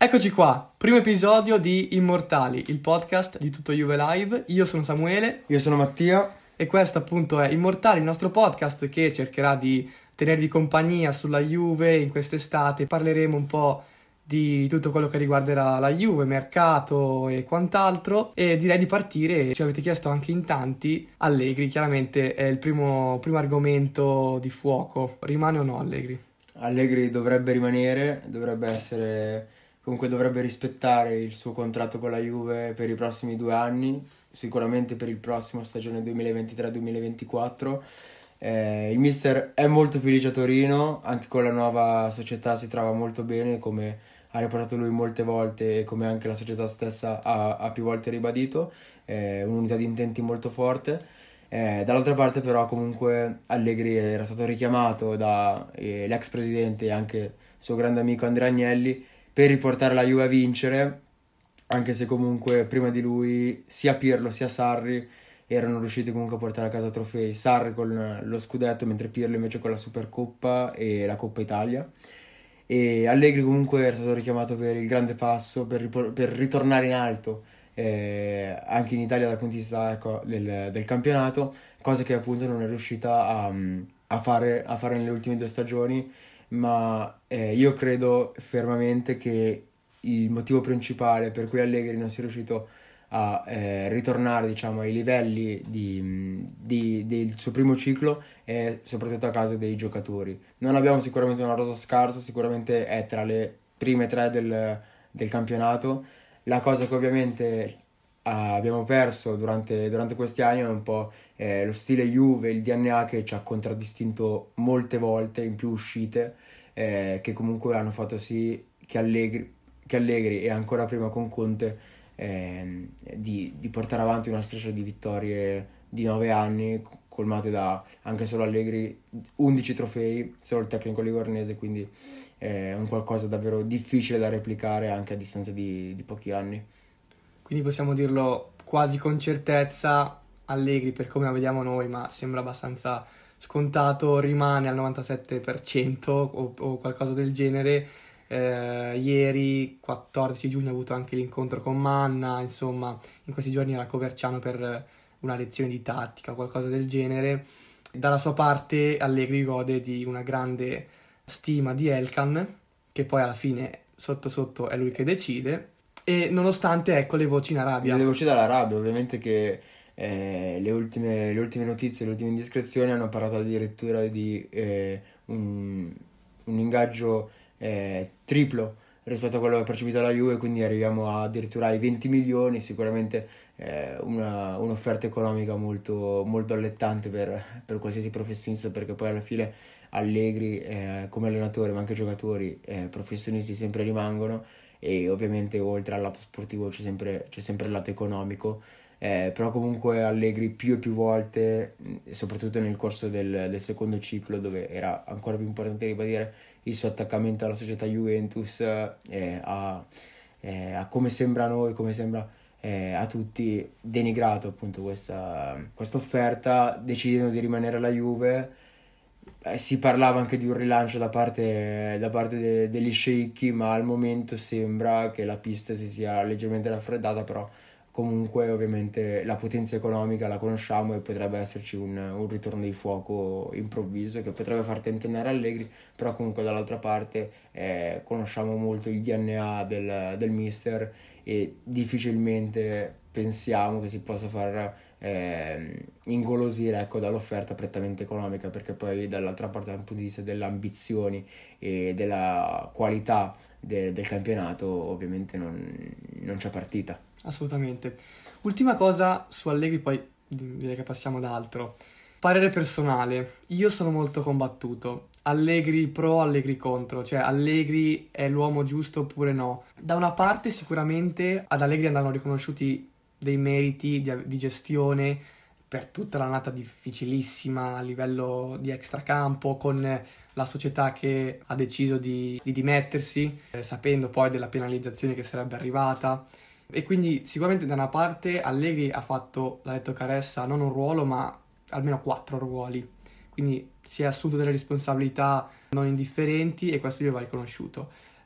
Eccoci qua, primo episodio di Immortali, il podcast di Tutto Juve Live. Io sono Samuele. Io sono Mattia. E questo appunto è Immortali, il nostro podcast che cercherà di tenervi compagnia sulla Juve in quest'estate. Parleremo un po' di tutto quello che riguarderà la Juve, mercato e quant'altro. E direi di partire, ci avete chiesto anche in tanti, Allegri chiaramente è il primo argomento di fuoco. Rimane o no Allegri? Allegri dovrebbe rimanere, dovrebbe rispettare il suo contratto con la Juve per i prossimi 2 anni, sicuramente per il prossimo stagione 2023-2024. Il mister è molto felice a Torino, anche con la nuova società si trova molto bene, come ha riportato lui molte volte e come anche la società stessa ha più volte ribadito, un'unità di intenti molto forte. Dall'altra parte però comunque Allegri era stato richiamato da l'ex presidente e anche suo grande amico Andrea Agnelli per riportare la Juve a vincere, anche se comunque prima di lui sia Pirlo sia Sarri erano riusciti comunque a portare a casa trofei, Sarri con lo scudetto mentre Pirlo invece con la Supercoppa e la Coppa Italia. E Allegri comunque era stato richiamato per il grande passo, per ritornare in alto anche in Italia dal punto di vista, ecco, del campionato, cosa che appunto non è riuscita a fare nelle ultime 2 stagioni. Ma io credo fermamente che il motivo principale per cui Allegri non sia riuscito a ritornare, diciamo, ai livelli del suo primo ciclo è soprattutto a causa dei giocatori. Non abbiamo sicuramente una rosa scarsa, sicuramente è tra le prime 3 del campionato. La cosa che ovviamente abbiamo perso durante questi anni è un po' lo stile Juve, il DNA che ci ha contraddistinto molte volte in più uscite, che comunque hanno fatto sì che Allegri e ancora prima con Conte di portare avanti una striscia di vittorie di 9 anni, colmate da anche solo Allegri 11 trofei, solo il tecnico livornese, quindi è un qualcosa davvero difficile da replicare anche a distanza di pochi anni. Quindi possiamo dirlo quasi con certezza, Allegri per come la vediamo noi, ma sembra abbastanza scontato, rimane al 97% o qualcosa del genere. Ieri 14 giugno ha avuto anche l'incontro con Manna, insomma in questi giorni era a Coverciano per una lezione di tattica o qualcosa del genere. Dalla sua parte Allegri gode di una grande stima di Elkan, che poi alla fine sotto sotto è lui che decide, e nonostante ecco le voci in Arabia. Le voci dall'Arabia, ovviamente, che le ultime notizie, le ultime indiscrezioni hanno parlato addirittura di un ingaggio triplo rispetto a quello che ha percepito la Juve, quindi arriviamo addirittura ai 20 milioni, sicuramente un'offerta economica molto, molto allettante per qualsiasi professionista, perché poi alla fine Allegri come allenatore ma anche giocatori professionisti sempre rimangono, e ovviamente oltre al lato sportivo c'è sempre il lato economico. Però comunque Allegri più e più volte, soprattutto nel corso del secondo ciclo, dove era ancora più importante ribadire il suo attaccamento alla società Juventus, a come sembra a noi, come sembra a tutti, denigrato appunto questa offerta, decidendo di rimanere alla Juve. Si parlava anche di un rilancio da parte degli sceicchi, ma al momento sembra che la pista si sia leggermente raffreddata, però comunque ovviamente la potenza economica la conosciamo e potrebbe esserci un ritorno di fuoco improvviso che potrebbe far tentennare Allegri, però comunque dall'altra parte conosciamo molto il DNA del mister e difficilmente pensiamo che si possa far ingolosire, ecco, dall'offerta prettamente economica, perché poi dall'altra parte dal punto di vista delle ambizioni e della qualità del campionato ovviamente non c'è partita. Assolutamente. Ultima cosa su Allegri, poi direi che passiamo ad altro. Parere personale, io sono molto combattuto. Allegri pro, Allegri contro, cioè Allegri è l'uomo giusto oppure no? Da una parte sicuramente ad Allegri andranno riconosciuti dei meriti di gestione per tutta l'annata difficilissima a livello di extracampo, con la società che ha deciso di dimettersi, sapendo poi della penalizzazione che sarebbe arrivata. E quindi sicuramente da una parte Allegri ha fatto, l'ha detto Caressa, non un ruolo ma almeno 4 ruoli, quindi si è assunto delle responsabilità non indifferenti e questo gli va riconosciuto.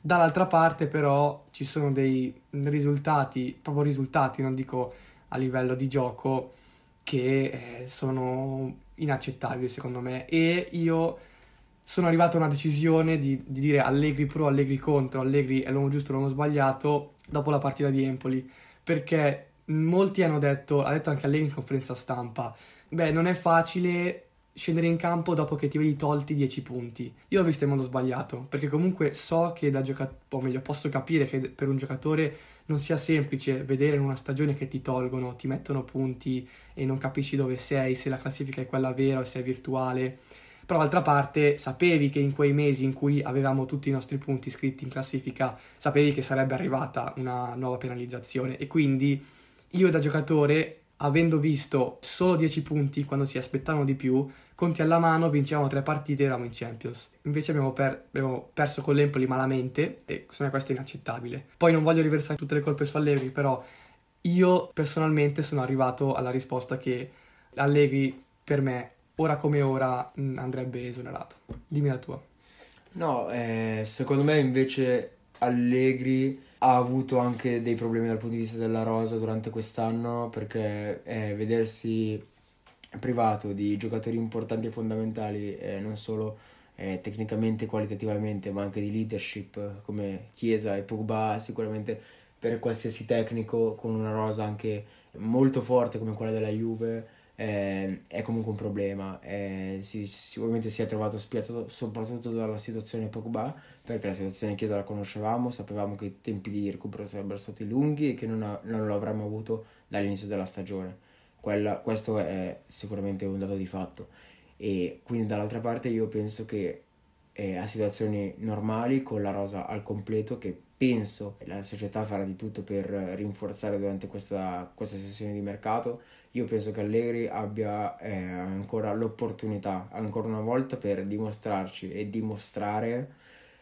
Dall'altra parte però ci sono dei risultati, proprio risultati, non dico a livello di gioco, che sono inaccettabili secondo me, e io sono arrivato a una decisione di dire Allegri pro, Allegri contro, Allegri è l'uomo giusto, l'uomo sbagliato dopo la partita di Empoli, perché molti hanno detto, ha detto anche Allegri in conferenza stampa, beh, non è facile scendere in campo dopo che ti vedi tolti 10 punti. Io l'ho visto in modo sbagliato, perché comunque so che da giocatore, o meglio, posso capire che per un giocatore non sia semplice vedere in una stagione che ti tolgono, ti mettono punti e non capisci dove sei, se la classifica è quella vera o se è virtuale. Però d'altra parte sapevi che in quei mesi in cui avevamo tutti i nostri punti scritti in classifica, sapevi che sarebbe arrivata una nuova penalizzazione, e quindi io da giocatore, avendo visto solo 10 punti quando si aspettavano di più, conti alla mano, vincevamo 3 partite e eravamo in Champions. Invece abbiamo perso con l'Empoli malamente, e secondo me questo è inaccettabile. Poi non voglio riversare tutte le colpe su Allegri, però io personalmente sono arrivato alla risposta che Allegri, per me, ora come ora, andrebbe esonerato. Dimmi la tua. No, secondo me invece Allegri ha avuto anche dei problemi dal punto di vista della rosa durante quest'anno, perché vedersi privato di giocatori importanti e fondamentali, non solo tecnicamente e qualitativamente, ma anche di leadership come Chiesa e Pogba, sicuramente per qualsiasi tecnico con una rosa anche molto forte come quella della Juve, è comunque un problema. Sicuramente si è trovato spiazzato soprattutto dalla situazione Pogba, perché la situazione Chiesa la conoscevamo, sapevamo che i tempi di recupero sarebbero stati lunghi e che non lo avremmo avuto dall'inizio della stagione. Questo è sicuramente un dato di fatto, e quindi dall'altra parte io penso che a situazioni normali con la rosa al completo, che penso la società farà di tutto per rinforzare durante questa sessione di mercato, io penso che Allegri abbia ancora l'opportunità, ancora una volta, per dimostrarci e dimostrare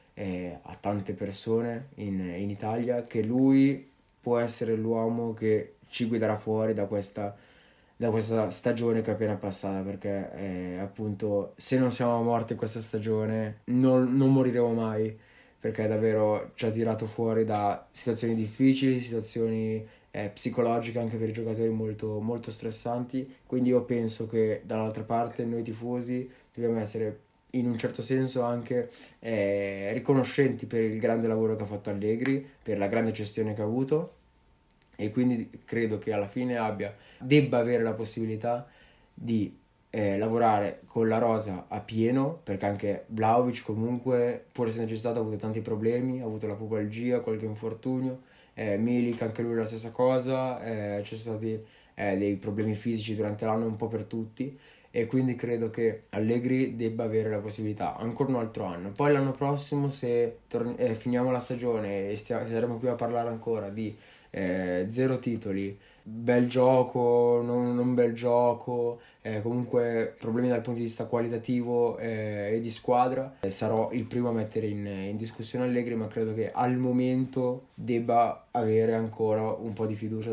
a tante persone in Italia che lui può essere l'uomo che ci guiderà fuori da questa stagione che è appena passata, perché appunto se non siamo morti in questa stagione non moriremo mai, perché davvero ci ha tirato fuori da situazioni difficili, situazioni psicologiche anche per i giocatori molto, molto stressanti. Quindi io penso che dall'altra parte noi tifosi dobbiamo essere in un certo senso anche riconoscenti per il grande lavoro che ha fatto Allegri, per la grande gestione che ha avuto, e quindi credo che alla fine debba avere la possibilità di lavorare con la rosa a pieno, perché anche Vlahovic comunque, pur essendo stato, ha avuto tanti problemi, ha avuto la pubalgia, qualche infortunio, Milik anche lui la stessa cosa, ci sono stati dei problemi fisici durante l'anno un po' per tutti, e quindi credo che Allegri debba avere la possibilità ancora un altro anno. Poi l'anno prossimo, se finiamo la stagione e saremo qui a parlare ancora di zero titoli, bel gioco, non bel gioco, comunque problemi dal punto di vista qualitativo e di squadra, sarò il primo a mettere in discussione Allegri, ma credo che al momento debba avere ancora un po' di fiducia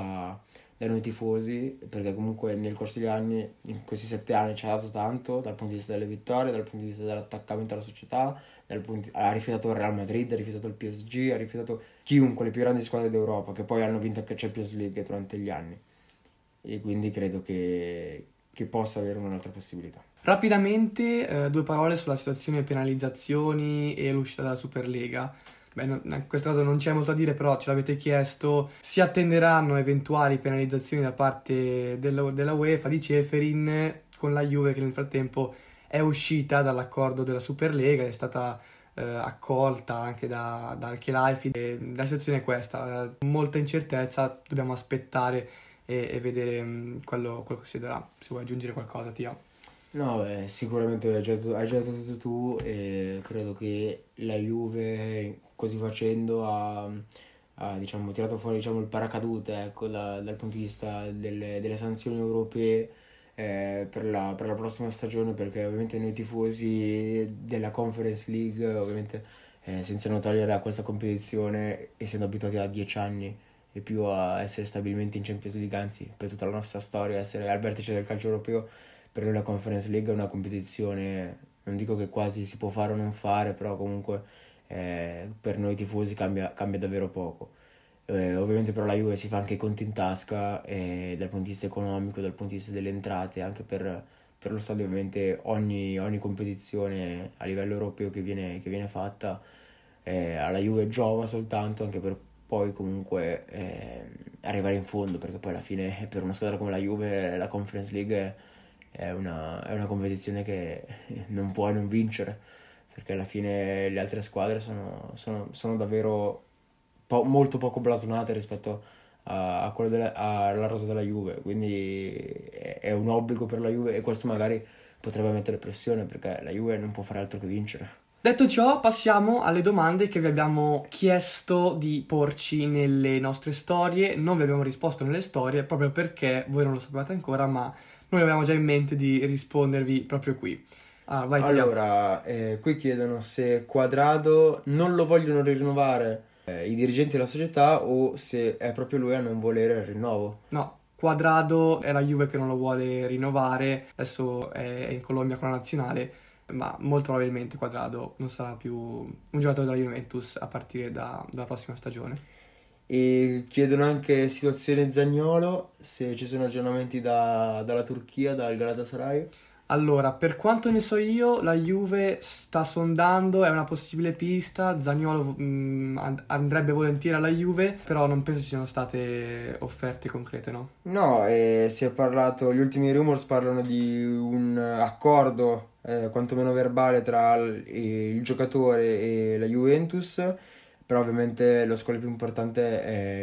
da noi tifosi, perché comunque nel corso degli anni, in questi 7 anni, ci ha dato tanto dal punto di vista delle vittorie, dal punto di vista dell'attaccamento alla società, ha rifiutato il Real Madrid, ha rifiutato il PSG, ha rifiutato chiunque, le più grandi squadre d'Europa, che poi hanno vinto anche Champions League durante gli anni, e quindi credo che possa avere un'altra possibilità. Rapidamente, due parole sulla situazione penalizzazioni e l'uscita dalla Superlega. Beh, in questo caso non c'è molto da dire, però ce l'avete chiesto. Si attenderanno eventuali penalizzazioni da parte della UEFA di Ceferin con la Juve, che nel frattempo è uscita dall'accordo della Superlega, è stata accolta anche da Al-Khelaifi. La situazione è questa, molta incertezza, dobbiamo aspettare e vedere quello che succederà. Se vuoi aggiungere qualcosa, Tia. No, sicuramente hai già detto tu, e credo che la Juve così facendo ha, diciamo, tirato fuori, diciamo, il paracadute, ecco, dal punto di vista delle sanzioni europee per la prossima stagione, perché ovviamente noi tifosi della Conference League, ovviamente senza non togliere a questa competizione, essendo abituati a 10 anni e più a essere stabilmente in Champions League, anzi per tutta la nostra storia essere al vertice del calcio europeo, per noi la Conference League è una competizione, non dico che quasi si può fare o non fare, però comunque per noi tifosi cambia davvero poco. Ovviamente però la Juve si fa anche i conti in tasca, dal punto di vista economico, dal punto di vista delle entrate, anche per lo stadio. Ovviamente ogni competizione a livello europeo che viene fatta, alla Juve giova soltanto, anche per poi comunque arrivare in fondo, perché poi alla fine per una squadra come la Juve la Conference League è una competizione che non puoi non vincere, perché alla fine le altre squadre sono davvero molto poco blasonate rispetto a alla rosa della Juve, quindi è un obbligo per la Juve, e questo magari potrebbe mettere pressione, perché la Juve non può fare altro che vincere. Detto ciò, passiamo alle domande che vi abbiamo chiesto di porci nelle nostre storie. Non vi abbiamo risposto nelle storie proprio perché voi non lo sapevate ancora, ma noi avevamo già in mente di rispondervi proprio qui. Vai, Tia. Allora, qui chiedono se Quadrado non lo vogliono rinnovare i dirigenti della società, o se è proprio lui a non volere il rinnovo. No, Quadrado è la Juve che non lo vuole rinnovare, adesso è in Colombia con la nazionale, ma molto probabilmente Quadrado non sarà più un giocatore della Juventus a partire dalla prossima stagione. E chiedono anche situazione Zaniolo, se ci sono aggiornamenti dalla Turchia, dal Galatasaray. Allora, per quanto ne so io, la Juve sta sondando, è una possibile pista, Zaniolo andrebbe volentieri alla Juve, però non penso ci siano state offerte concrete, no? No, si è parlato, gli ultimi rumors parlano di un accordo quantomeno verbale tra il giocatore e la Juventus, però ovviamente lo scoglio più importante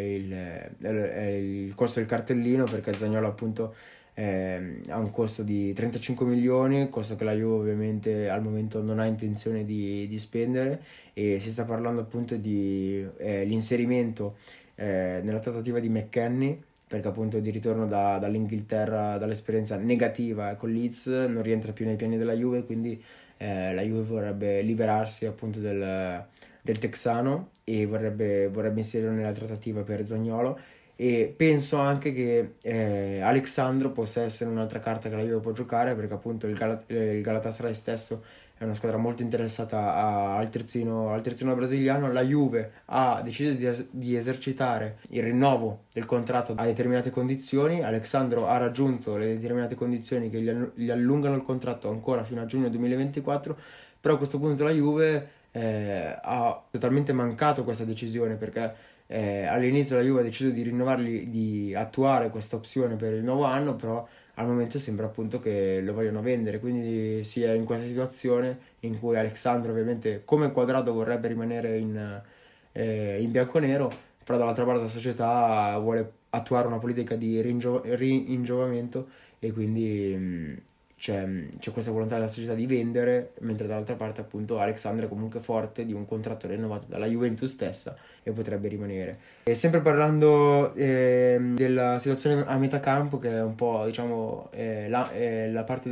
è il costo del cartellino, perché Zaniolo appunto ha un costo di 35 milioni, costo che la Juve ovviamente al momento non ha intenzione di spendere, e si sta parlando appunto di l'inserimento nella trattativa di McKennie, perché appunto di ritorno dall'Inghilterra, dall'esperienza negativa con Leeds, non rientra più nei piani della Juve, quindi la Juve vorrebbe liberarsi appunto del texano, e vorrebbe inserirlo nella trattativa per Zaniolo. E penso anche che Alexandro possa essere un'altra carta che la Juve può giocare, perché appunto il Galatasaray stesso è una squadra molto interessata al terzino brasiliano. La Juve ha deciso di esercitare il rinnovo del contratto a determinate condizioni. Alexandro ha raggiunto le determinate condizioni che gli allungano il contratto ancora fino a giugno 2024, però a questo punto la Juve ha totalmente mancato questa decisione, perché all'inizio la Juve ha deciso di rinnovarli, di attuare questa opzione per il nuovo anno, però al momento sembra appunto che lo vogliono vendere, quindi si è in questa situazione in cui Alexandro ovviamente come Quadrado vorrebbe rimanere in bianconero, però dall'altra parte la società vuole attuare una politica di ringiovamento, e quindi c'è questa volontà della società di vendere, mentre dall'altra parte appunto Alexandro è comunque forte di un contratto rinnovato dalla Juventus stessa e potrebbe rimanere. E sempre parlando della situazione a metà campo, che è un po' diciamo la parte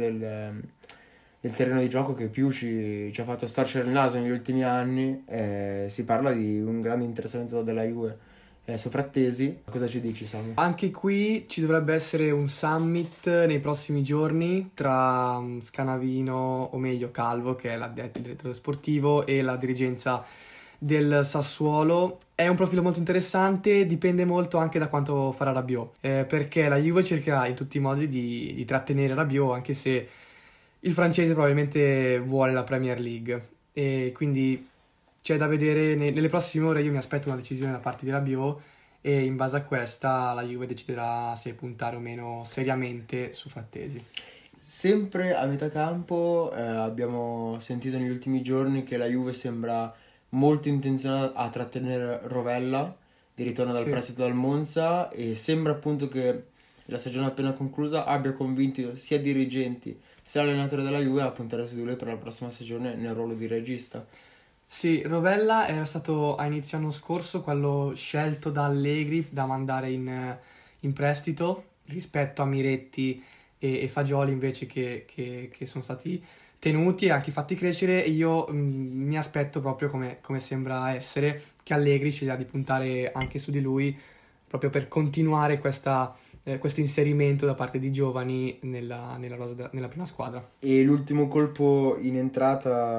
del terreno di gioco che più ci ha fatto storcere il naso negli ultimi anni, si parla di un grande interessamento della Juve su Frattesi. Cosa ci dici, Samu? Anche qui ci dovrebbe essere un summit nei prossimi giorni tra Scanavino, o meglio Calvo, che è il direttore sportivo, e la dirigenza del Sassuolo. È un profilo molto interessante, dipende molto anche da quanto farà Rabiot, perché la Juve cercherà in tutti i modi di trattenere Rabiot, anche se il francese probabilmente vuole la Premier League, e quindi c'è da vedere nelle prossime ore. Io mi aspetto una decisione da parte di Rabiot, e in base a questa la Juve deciderà se puntare o meno seriamente su Frattesi. Sempre a metà campo, abbiamo sentito negli ultimi giorni che la Juve sembra molto intenzionata a trattenere Rovella di ritorno dal Sì. prestito dal Monza, e sembra appunto che la stagione appena conclusa abbia convinto sia dirigenti sia l'allenatore della Juve a puntare su di lui per la prossima stagione nel ruolo di regista. Sì, Rovella era stato a inizio anno scorso quello scelto da Allegri da mandare in prestito, rispetto a Miretti e Fagioli invece che sono stati tenuti e anche fatti crescere. E io mi aspetto proprio, come sembra essere, che Allegri scelga di puntare anche su di lui, proprio per continuare questo inserimento da parte di giovani nella prima squadra. E l'ultimo colpo in entrata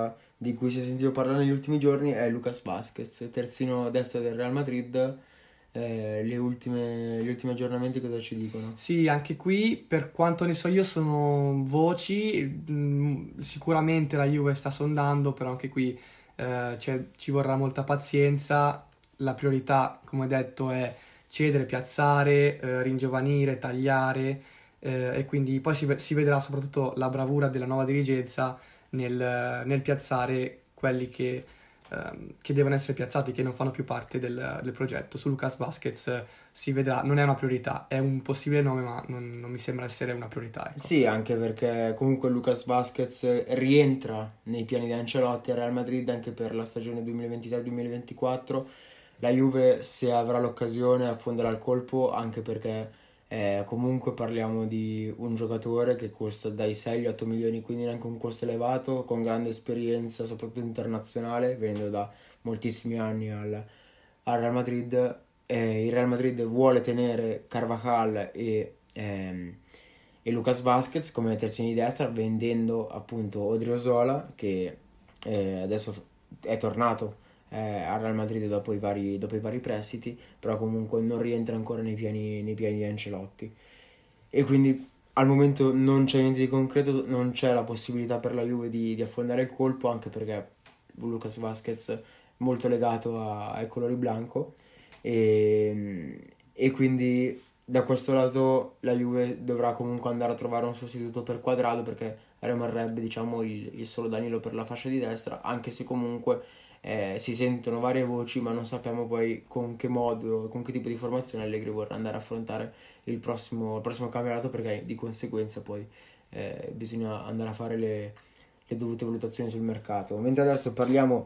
di cui si è sentito parlare negli ultimi giorni è Lucas Vázquez, terzino destro del Real Madrid. Gli ultimi aggiornamenti cosa ci dicono? Sì, anche qui, per quanto ne so io, sono voci. Sicuramente la Juve sta sondando, però anche qui ci vorrà molta pazienza. La priorità, come detto, è cedere, piazzare, ringiovanire, tagliare, e quindi poi si vedrà soprattutto la bravura della nuova dirigenza nel piazzare quelli che devono essere piazzati, che non fanno più parte del progetto. Su Lucas Vázquez si vedrà, non è una priorità, è un possibile nome, ma non mi sembra essere una priorità, ecco. Sì, anche perché comunque Lucas Vázquez rientra nei piani di Ancelotti al Real Madrid anche per la stagione 2023-2024. La Juve, se avrà l'occasione, affonderà il colpo, anche perché comunque parliamo di un giocatore che costa dai 6 agli 8 milioni, quindi neanche un costo elevato, con grande esperienza, soprattutto internazionale, venendo da moltissimi anni al Real Madrid. Il Real Madrid vuole tenere Carvajal e Lucas Vázquez come terzini di destra, vendendo appunto Odriozola, che adesso è tornato al Real Madrid dopo i vari prestiti, però comunque non rientra ancora nei piani di Ancelotti. E quindi al momento non c'è niente di concreto, non c'è la possibilità per la Juve di affondare il colpo, anche perché Lucas Vázquez è molto legato ai colori bianco, e quindi da questo lato la Juve dovrà comunque andare a trovare un sostituto per Quadrado, perché rimarrebbe, diciamo, il solo Danilo per la fascia di destra, anche se comunque si sentono varie voci, ma non sappiamo poi con che modo, con che tipo di formazione Allegri vorrà andare a affrontare il prossimo campionato, perché di conseguenza poi bisogna andare a fare le dovute valutazioni sul mercato. Mentre adesso parliamo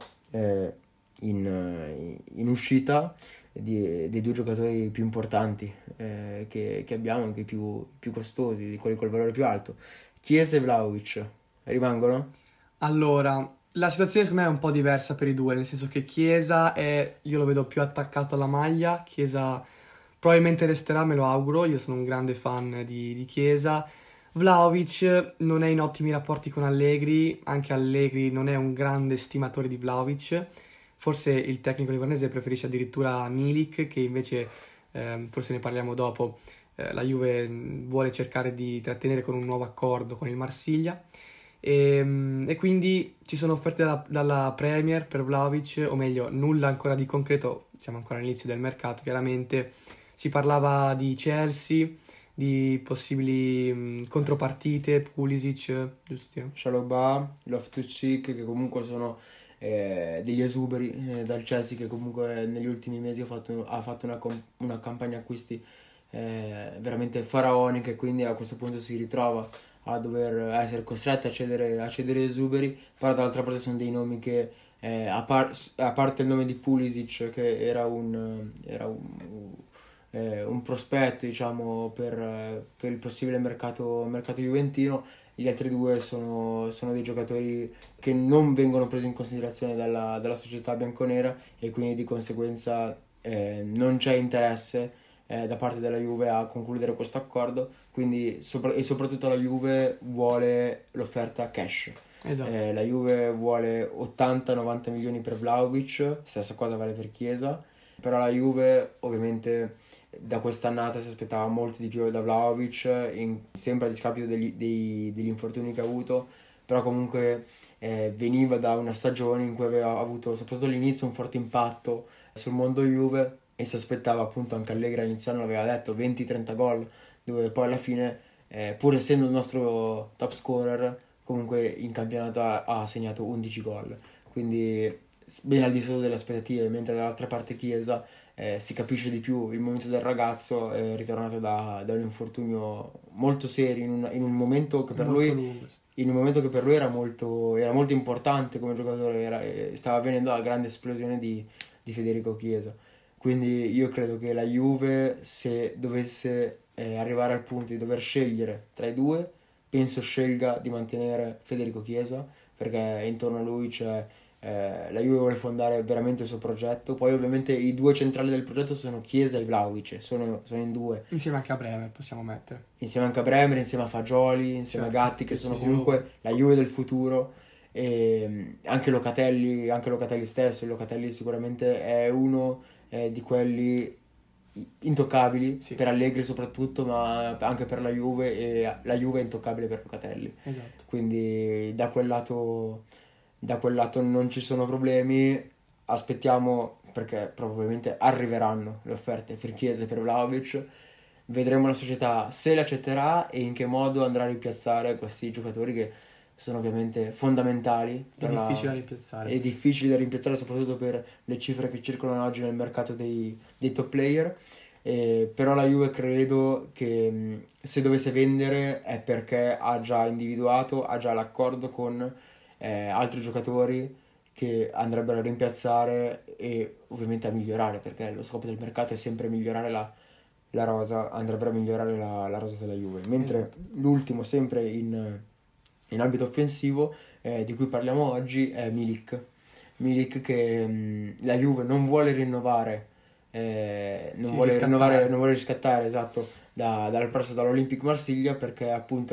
in uscita dei due giocatori più importanti che abbiamo, anche più costosi, di quelli col valore più alto. Chiesa e Vlahovic rimangono? Allora, la situazione secondo me è un po' diversa per i due, nel senso che Chiesa io lo vedo più attaccato alla maglia. Chiesa probabilmente resterà, me lo auguro, io sono un grande fan di Chiesa. Vlahovic non è in ottimi rapporti con Allegri, anche Allegri non è un grande stimatore di Vlahovic. Forse il tecnico livornese preferisce addirittura Milik, che invece, forse ne parliamo dopo, la Juve vuole cercare di trattenere con un nuovo accordo con il Marsiglia. E quindi ci sono offerte dalla Premier per Vlahovic, o meglio, nulla ancora di concreto, siamo ancora all'inizio del mercato, chiaramente. Si parlava di Chelsea, di possibili contropartite, Pulisic, giusto? Chalobah, Loftus-Cheek, che comunque sono degli esuberi dal Chelsea, che comunque negli ultimi mesi ha fatto una campagna acquisti veramente faraonica, e quindi a questo punto si ritrova a dover essere costretto a cedere esuberi. Però dall'altra parte sono dei nomi che a parte il nome di Pulisic, che era un prospetto, diciamo, per il possibile mercato juventino, gli altri due sono dei giocatori che non vengono presi in considerazione dalla società bianconera, e quindi di conseguenza non c'è interesse da parte della Juve a concludere questo accordo. Quindi e soprattutto la Juve vuole l'offerta cash. Esatto. La Juve vuole 80-90 milioni per Vlahovic, stessa cosa vale per Chiesa, però la Juve ovviamente da quest'annata si aspettava molto di più da Vlahovic, sempre a discapito degli infortuni che ha avuto, però comunque veniva da una stagione in cui aveva avuto soprattutto all'inizio un forte impatto sul mondo Juve, e si aspettava, appunto, anche Allegri all'inizio l'aveva detto, 20-30 gol, dove poi alla fine, pur essendo il nostro top scorer, comunque in campionato ha segnato 11 gol, quindi ben al di sotto delle aspettative. Mentre dall'altra parte Chiesa, si capisce di più il momento del ragazzo, è ritornato da un infortunio molto serio in un momento che per lui Lungo, sì. in un momento che per lui era molto importante come giocatore, stava avvenendo la grande esplosione di Federico Chiesa. Quindi io credo che la Juve, se dovesse arrivare al punto di dover scegliere tra i due, penso scelga di mantenere Federico Chiesa, perché intorno a lui c'è la Juve vuole fondare veramente il suo progetto. Poi ovviamente i due centrali del progetto sono Chiesa e Vlahovic, sono in due. Insieme anche a Bremer possiamo mettere. Insieme anche a Bremer, insieme a Fagioli, insieme Certo, a Gatti, che sono sì, comunque la Juve del futuro. e anche Locatelli stesso. Locatelli sicuramente è uno di quelli intoccabili, Sì. per Allegri soprattutto, ma anche per la Juve, e la Juve è intoccabile per Locatelli. Esatto. Quindi da quel lato non ci sono problemi. Aspettiamo, perché probabilmente arriveranno le offerte per Chiesa e per Vlahovic. Vedremo la società se le accetterà e in che modo andrà a rimpiazzare questi giocatori che sono ovviamente fondamentali È difficile da rimpiazzare. è difficile da rimpiazzare, soprattutto per le cifre che circolano oggi nel mercato dei top player. Però la Juve credo che se dovesse vendere è perché ha già individuato, ha già l'accordo con altri giocatori che andrebbero a rimpiazzare e ovviamente a migliorare, perché lo scopo del mercato è sempre migliorare la rosa, andrebbero a migliorare la rosa della Juve. Mentre Esatto. l'ultimo, sempre in ambito offensivo, di cui parliamo oggi, è Milik. Milik che la Juve non vuole rinnovare, Sì, riscattare. non vuole riscattare, esatto, dal prestito dall'Olympique Marsiglia, perché appunto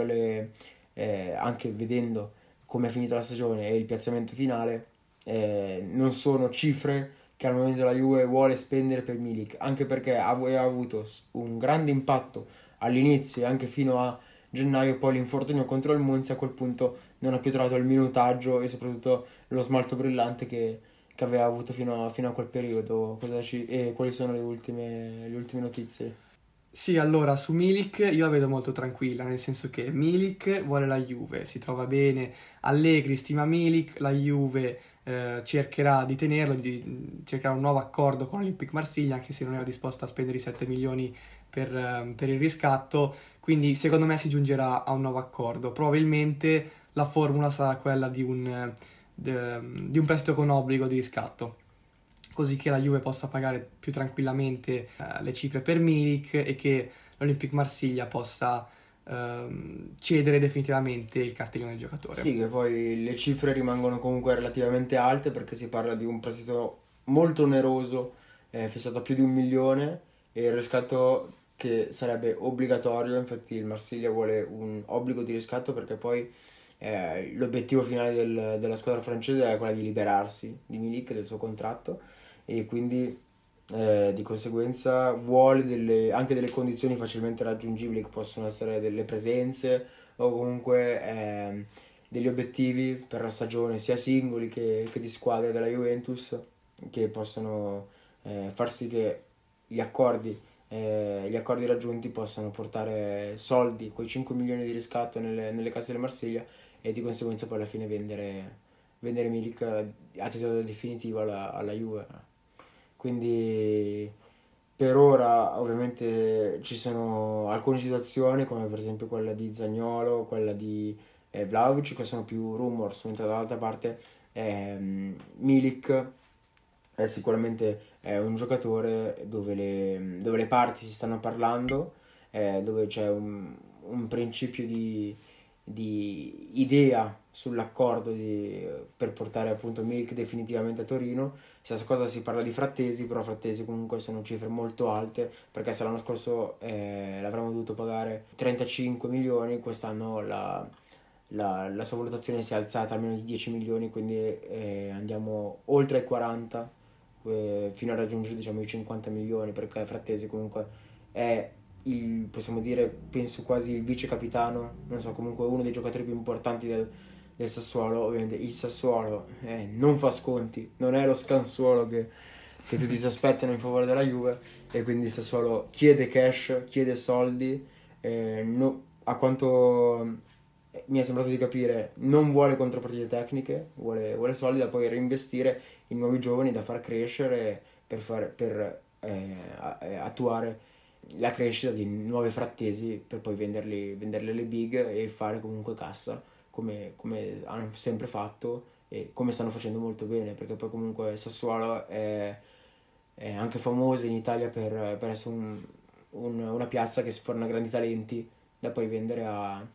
anche vedendo come è finita la stagione e il piazzamento finale, non sono cifre che al momento la Juve vuole spendere per Milik, anche perché ha avuto un grande impatto all'inizio e anche fino a gennaio. Poi l'infortunio contro il Monza, a quel punto non ha più trovato il minutaggio e soprattutto lo smalto brillante che aveva avuto fino a quel periodo. E quali sono le ultime notizie? Sì, allora su Milik io la vedo molto tranquilla, nel senso che Milik vuole la Juve, si trova bene, Allegri stima Milik, la Juve cercherà di tenerlo, cercherà un nuovo accordo con l'Olympique Marsiglia, anche se non era disposta a spendere i 7 milioni per il riscatto, quindi secondo me si giungerà a un nuovo accordo. Probabilmente la formula sarà quella di un prestito con obbligo di riscatto, così che la Juve possa pagare più tranquillamente le cifre per Milik e che l'Olympique Marsiglia possa cedere definitivamente il cartellino del giocatore. Sì, che poi le cifre rimangono comunque relativamente alte, perché si parla di un prestito molto oneroso, fissato a più di 1 milione, e il riscatto che sarebbe obbligatorio. Infatti il Marsiglia vuole un obbligo di riscatto, perché poi l'obiettivo finale della squadra francese è quella di liberarsi di Milik, del suo contratto, e quindi di conseguenza vuole anche delle condizioni facilmente raggiungibili, che possono essere delle presenze o comunque degli obiettivi per la stagione, sia singoli che di squadre della Juventus, che possono far sì che gli accordi raggiunti possano portare soldi, quei 5 milioni di riscatto nelle casse del Marsiglia, e di conseguenza poi alla fine vendere Milik a titolo definitivo alla Juve. Quindi per ora ovviamente ci sono alcune situazioni, come per esempio quella di Zaniolo, quella di Vlahovic, che sono più rumors, mentre dall'altra parte Milik è sicuramente un giocatore dove le parti si stanno parlando, dove c'è un principio di idea sull'accordo per portare appunto Milik definitivamente a Torino. Stessa cosa si parla di Frattesi, però Frattesi comunque sono cifre molto alte, perché se l'anno scorso l'avremmo dovuto pagare 35 milioni, quest'anno la sua valutazione si è alzata almeno di 10 milioni, quindi andiamo oltre i 40, fino a raggiungere diciamo i 50 milioni, perché Frattesi comunque è possiamo dire, penso quasi il vice capitano, non so, comunque uno dei giocatori più importanti del Sassuolo. Ovviamente il Sassuolo non fa sconti, non è lo scansuolo che tutti si aspettano in favore della Juve, e quindi il Sassuolo chiede cash, chiede soldi, a quanto mi è sembrato di capire non vuole contropartite tecniche, vuole soldi da poi reinvestire in nuovi giovani da far crescere, per attuare la crescita di nuovi Frattesi, per poi venderli alle big e fare comunque cassa, come hanno sempre fatto e come stanno facendo molto bene, perché poi comunque Sassuolo è anche famosa in Italia per essere una piazza che sforna grandi talenti da poi vendere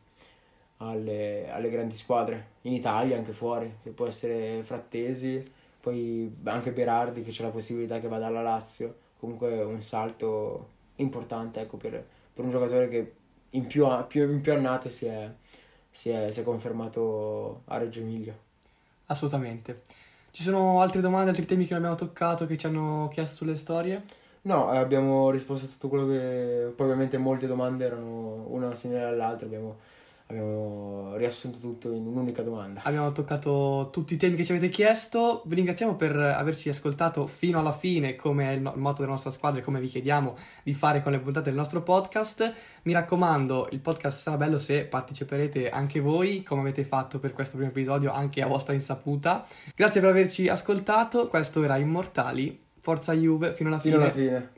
alle grandi squadre in Italia, anche fuori, che può essere Frattesi, poi anche Berardi, che c'è la possibilità che vada alla Lazio. Comunque un salto importante, ecco, per un giocatore che in più annate si è confermato a Reggio Emilia. Assolutamente. Ci sono altre domande, altri temi che non abbiamo toccato, che ci hanno chiesto sulle storie? No, abbiamo risposto a tutto quello che... Poi ovviamente molte domande erano una simile all'altra, abbiamo riassunto tutto in un'unica domanda. Abbiamo toccato tutti i temi che ci avete chiesto. Vi ringraziamo per averci ascoltato fino alla fine, come è il motto della nostra squadra e come vi chiediamo di fare con le puntate del nostro podcast. Mi raccomando, il podcast sarà bello se parteciperete anche voi, come avete fatto per questo primo episodio, anche a vostra insaputa. Grazie per averci ascoltato. Questo era Immortali. Forza Juve, fino alla Fino alla fine. fine.